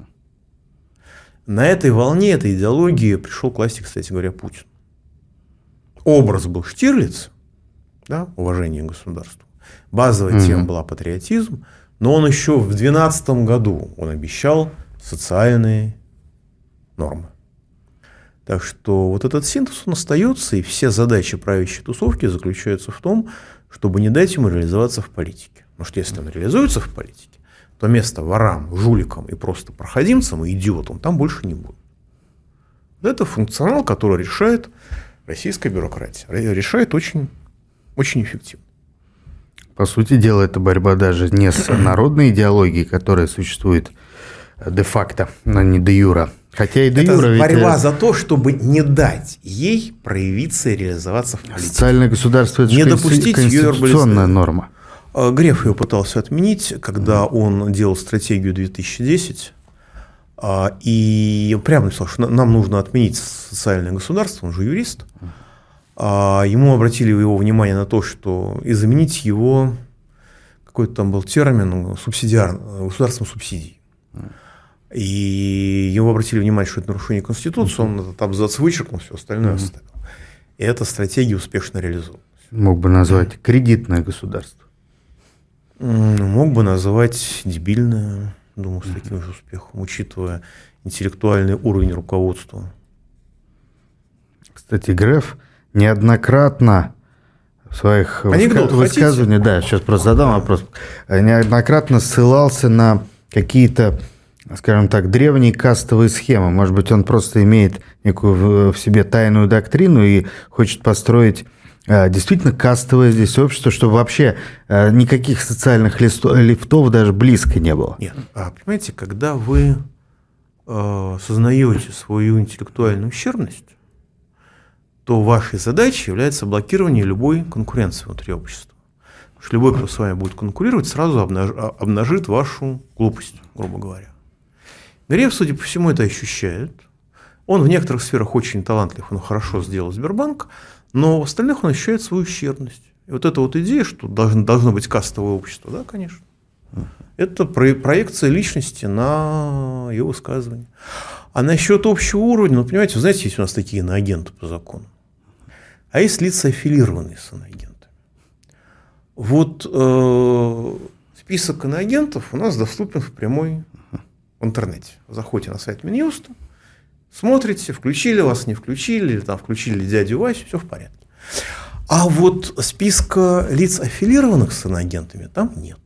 На этой волне, этой идеологии пришел к власти, кстати говоря, Путин. Образ был Штирлиц, да, уважение к государству. Базовая mm-hmm. тема была патриотизм, но он еще в две тысячи двенадцатом году он обещал социальные нормы. Так что вот этот синтез он остается, и все задачи правящей тусовки заключаются в том, чтобы не дать ему реализоваться в политике. Потому что если он реализуется в политике, то место ворам, жуликам и просто проходимцам, и идиотам там больше не будет. Вот это функционал, который решает российская бюрократия. Решает очень, очень эффективно. По сути дела, это борьба даже не с народной идеологией, которая существует де-факто, но не де-юра. Хотя и де-юра это ведь... борьба за то, чтобы не дать ей проявиться и реализоваться в политике. Социальное государство – это не же допустить конституционная норма. Греф ее пытался отменить, когда он делал стратегию две тысячи десять, и прямо написал, что нам нужно отменить социальное государство, он же юрист. Ему обратили его внимание на то, что и заменить его, какой-то там был термин, субсидиарно, государством субсидий. И ему обратили внимание, что это нарушение Конституции, он этот абзац вычеркнул, все остальное оставил. И эта стратегия успешно реализовалась. Мог бы назвать кредитное государство. Мог бы назвать дебильное, думаю, с таким же успехом, учитывая интеллектуальный уровень руководства. Кстати, Греф неоднократно в своих Анекдот высказываниях, да, сейчас просто задам вопрос, неоднократно ссылался на какие-то, скажем так, древние кастовые схемы. Может быть, он просто имеет некую в себе тайную доктрину и хочет построить действительно кастовое здесь общество, чтобы вообще никаких социальных лифтов даже близко не было? Нет. А, понимаете, когда вы э, сознаете свою интеллектуальную ущербность, то вашей задачей является блокирование любой конкуренции внутри общества. Потому что любой, кто с вами будет конкурировать, сразу обнаж... обнажит вашу глупость, грубо говоря. Гореев, судя по всему, это ощущает. Он в некоторых сферах очень талантлив, он хорошо сделал Сбербанк, но в остальных он ощущает свою ущербность. И вот эта вот идея, что должно, должно быть кастовое общество, да, конечно, это про, проекция личности на ее высказывание. А насчет общего уровня, ну, понимаете, вы знаете, есть у нас такие иноагенты по закону. А есть лица, аффилированные с иноагентами. Вот э, список иноагентов у нас доступен в прямой в интернете. Заходите на сайт Минюста, смотрите, включили вас, не включили, или там включили дядю Васю, все в порядке. А вот списка лиц, аффилированных с иноагентами, там нет.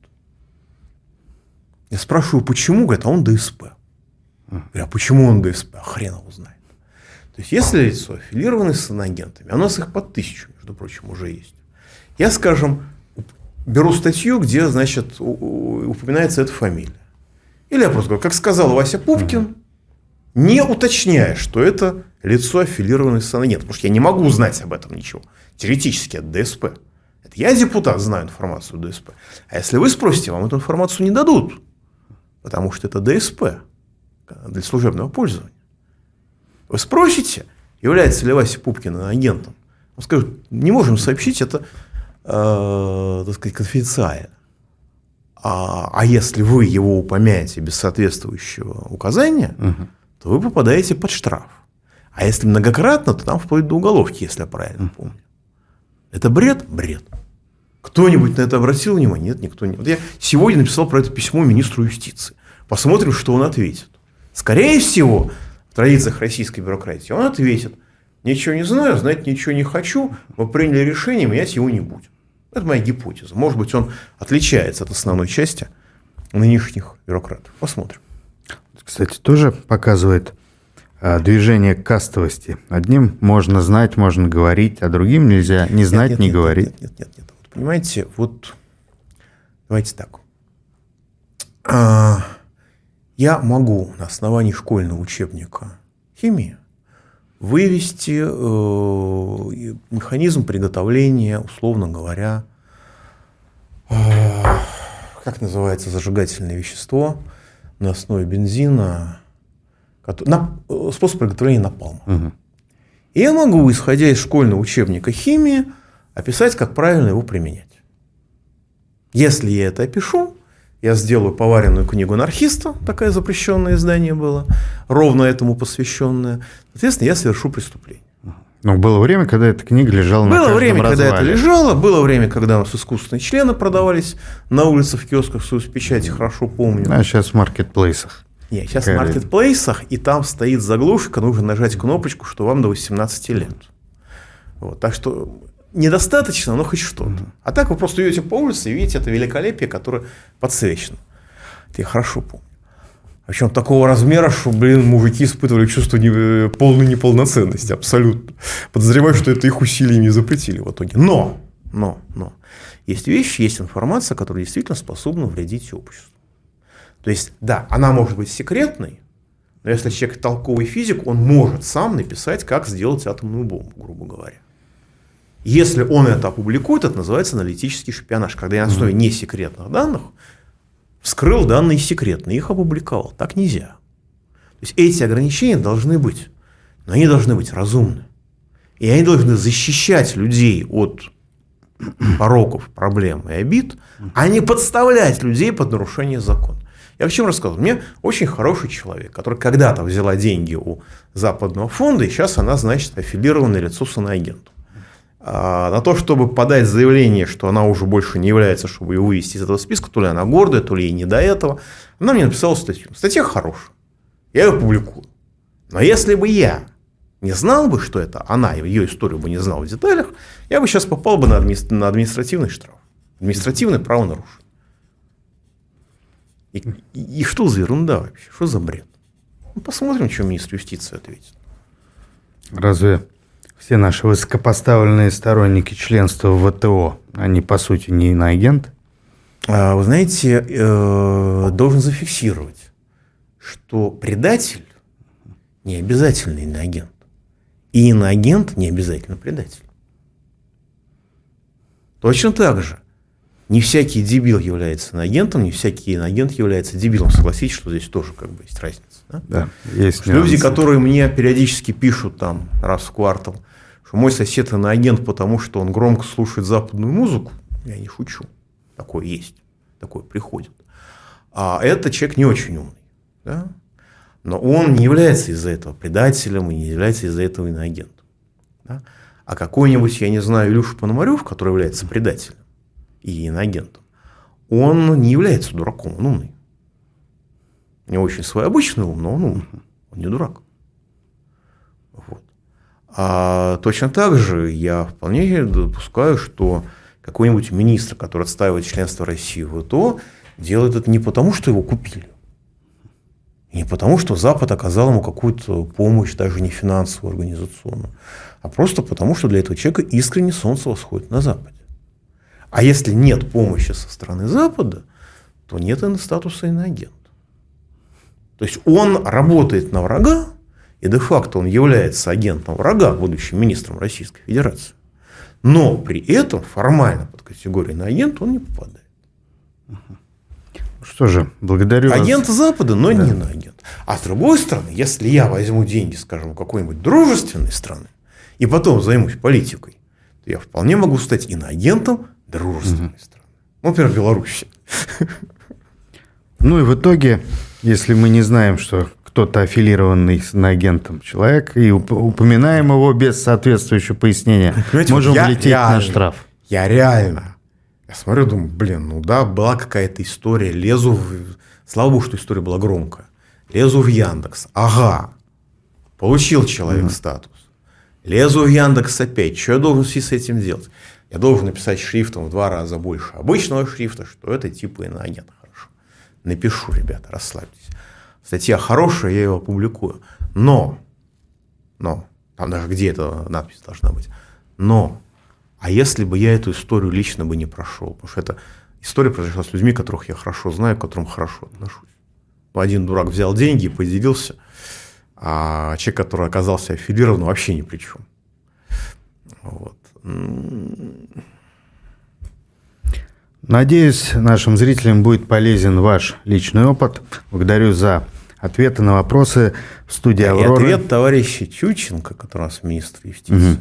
Я спрашиваю, почему? Говорят, а он ДСП. Говорю, а почему он ДСП? А хрен его знает. То есть, если лицо аффилировано с иноагентами, а у нас их под тысячу, между прочим, уже есть. Я, скажем, беру статью, где, значит, упоминается эта фамилия. Или я просто говорю, как сказал Вася Пупкин, не уточняя, что это лицо аффилированное с иноагентом. Потому что я не могу узнать об этом ничего. Теоретически это ДСП. Это я, депутат, знаю информацию ДСП. А если вы спросите, вам эту информацию не дадут. Потому что это ДСП для служебного пользования. Вы спросите, является ли Вася Пупкин агентом. Он скажет, не можем сообщить, это, э, так сказать, конфиденциально. А, а если вы его упомянете без соответствующего указания, угу. то вы попадаете под штраф. А если многократно, то там вплоть до уголовки, если я правильно угу. помню. Это бред? Бред. Кто-нибудь на это обратил внимание? Нет, никто не. Вот я сегодня написал про это письмо министру юстиции. Посмотрим, что он ответит. Скорее всего, в традициях российской бюрократии он ответит: ничего не знаю, знать ничего не хочу, мы приняли решение, менять его не будем. Это моя гипотеза. Может быть, он отличается от основной части нынешних бюрократов. Посмотрим. Кстати, тоже показывает а, движение к кастовости. Одним можно знать, можно говорить, а другим нельзя не знать, нет, нет, не нет, говорить. Нет, нет, нет, нет. Вот, понимаете, вот давайте так. А, я могу на основании школьного учебника химии вывести э, механизм приготовления, условно говоря, э, как называется зажигательное вещество на основе бензина, который, на, способ приготовления напалма. Угу. И я могу, исходя из школьного учебника химии, описать, как правильно его применять. Если я это опишу, я сделаю поваренную книгу анархиста, такое запрещенное издание было, ровно этому посвященное. Соответственно, я совершу преступление. Но было время, когда эта книга лежала было на каждом время, развале. когда это лежало. Было время, когда у нас искусственные члены продавались на улице в киосках «Союзпечати», хорошо помню. А сейчас в маркетплейсах. Нет, сейчас в маркетплейсах, и там стоит заглушка, нужно нажать кнопочку, что вам до восемнадцати лет. Вот, так что недостаточно, но хоть что-то. Mm-hmm. А так вы просто идете по улице и видите это великолепие, которое подсвечено. Это я хорошо помню. Причем такого размера, что, блин, мужики испытывали чувство не, полной неполноценности, абсолютно. Подозреваю, что это их усилиями запретили в итоге. Но, но, но, есть вещи, есть информация, которая действительно способна вредить обществу. То есть, да, она может быть секретной, но если человек толковый физик, он может сам написать, как сделать атомную бомбу, грубо говоря. Если он это опубликует, это называется аналитический шпионаж, когда я на основе несекретных данных вскрыл данные секретные, их опубликовал. Так нельзя. То есть эти ограничения должны быть, но они должны быть разумны. И они должны защищать людей от пороков, проблем и обид, а не подставлять людей под нарушение закона. Я о чем рассказывал? Мне очень хороший человек, который когда-то взяла деньги у Западного фонда, и сейчас она, значит, аффилированное лицо с иноагентом. А на то, чтобы подать заявление, что она уже больше не является, чтобы ее вывести из этого списка, то ли она гордая, то ли ей не до этого, она мне написала статью. Статья хорошая. Я ее публикую. Но если бы я не знал бы, что это она, и ее историю бы не знал в деталях, я бы сейчас попал бы на, адми... на административный штраф. Административное правонарушение. И, и, и что за ерунда вообще? Что за бред? Ну, посмотрим, что министр юстиции ответит. Разве все наши высокопоставленные сторонники членства в ВТО, они, по сути, не иноагенты? Вы знаете, должен зафиксировать, что предатель не обязательно иноагент. И иноагент не обязательно предатель. Точно так же. Не всякий дебил является иноагентом, не всякий иноагент является дебилом. Согласитесь, что здесь тоже как бы есть разница. Да? Да, есть люди, которые мне периодически пишут там раз в квартал, что мой сосед иноагент, потому что он громко слушает западную музыку, я не шучу. Такое есть. Такое приходит. А этот человек не очень умный. Да? Но он не является из-за этого предателем и не является из-за этого иноагентом. Да? А какой-нибудь, я не знаю, Илюша Пономарев, который является предателем и иноагентом, он не является дураком, он умный. Не очень своеобычный ум, но он умный. Он не дурак. Вот. А точно так же я вполне допускаю, что какой-нибудь министр, который отстаивает членство России в ВТО, делает это не потому, что его купили. Не потому, что Запад оказал ему какую-то помощь, даже не финансовую, организационную, а просто потому, что для этого человека искренне солнце восходит на Западе. А если нет помощи со стороны Запада, то нет и статуса иноагента. То есть он работает на врага, и де-факто он является агентом врага, будучи министром Российской Федерации. Но при этом формально под категорию иноагент он не попадает. Что же, благодарю агент вас. Запада, но да. не иноагент. А с другой стороны, если я возьму деньги, скажем, у какой-нибудь дружественной страны, и потом займусь политикой, то я вполне могу стать иноагентом дружественной угу. страны. Например, Беларуси. Ну и в итоге, если мы не знаем, что кто-то аффилированный с иноагентом человек, и упоминаем его без соответствующего пояснения, понимаете, можем я, влететь реально, на штраф. Я реально, я смотрю, думаю, блин, ну да, была какая-то история, лезу в... Слава богу, что история была громкая. Лезу в Яндекс, ага, получил человек mm-hmm. статус. Лезу в Яндекс опять, что я должен с этим делать? Я должен написать шрифтом в два раза больше обычного шрифта, что это типа иноагент. Хорошо. Напишу, ребята, расслабьтесь. Статья хорошая, я ее опубликую. Но, но, там даже где эта надпись должна быть. Но, а если бы я эту историю лично бы не прошел? Потому что эта история произошла с людьми, которых я хорошо знаю, к которым хорошо отношусь. Один дурак взял деньги и поделился, а человек, который оказался аффилирован, вообще ни при чем. Вот. Надеюсь, нашим зрителям будет полезен ваш личный опыт. Благодарю за ответы на вопросы в студии «Аврора». И ответ товарища Чученко, который у нас министр юстиции. Угу.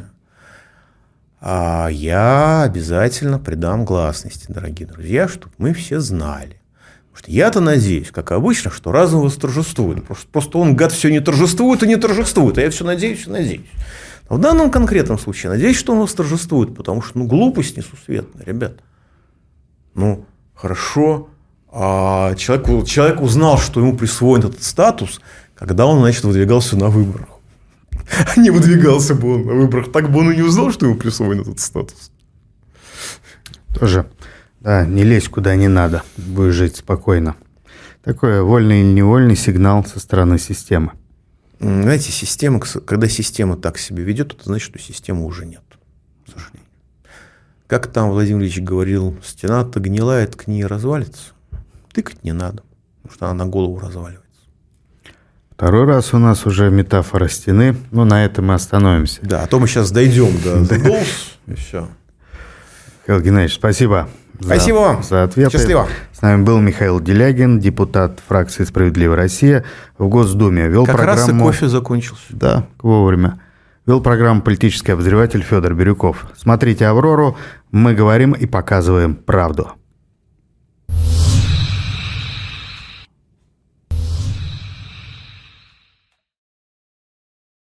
А я обязательно придам гласности, дорогие друзья, чтобы мы все знали. Потому что я-то надеюсь, как обычно, что разум восторжествует. Просто, просто он, гад, все не торжествует и не торжествует. А я все надеюсь и надеюсь. Но в данном конкретном случае надеюсь, что он восторжествует, потому что ну, глупость несусветная, ребят. Ну, хорошо. А человек, человек узнал, что ему присвоен этот статус, когда он, значит, выдвигался на выборах. А не выдвигался бы он на выборах, так бы он и не узнал, что ему присвоен этот статус. Тоже, да, не лезь куда не надо, будешь жить спокойно. Такой вольный или невольный сигнал со стороны системы. Знаете, система, когда система так себя ведет, это значит, что системы уже нет, к сожалению. Как там Владимир Ильич говорил, стена-то гнилая, к ней развалится. Тыкать не надо, потому что она на голову разваливается. Второй раз у нас уже метафора стены, но на этом мы остановимся. Да, а то мы сейчас дойдем до The Dolls, и все. Михаил Геннадьевич, спасибо. Спасибо за, вам. За ответы. Счастливо. С нами был Михаил Делягин, депутат фракции «Справедливая Россия» в Госдуме. Вел как программу... раз и кофе закончился. Да, вовремя. Вел программу политический обозреватель Федор Бирюков. Смотрите «Аврору». Мы говорим и показываем правду.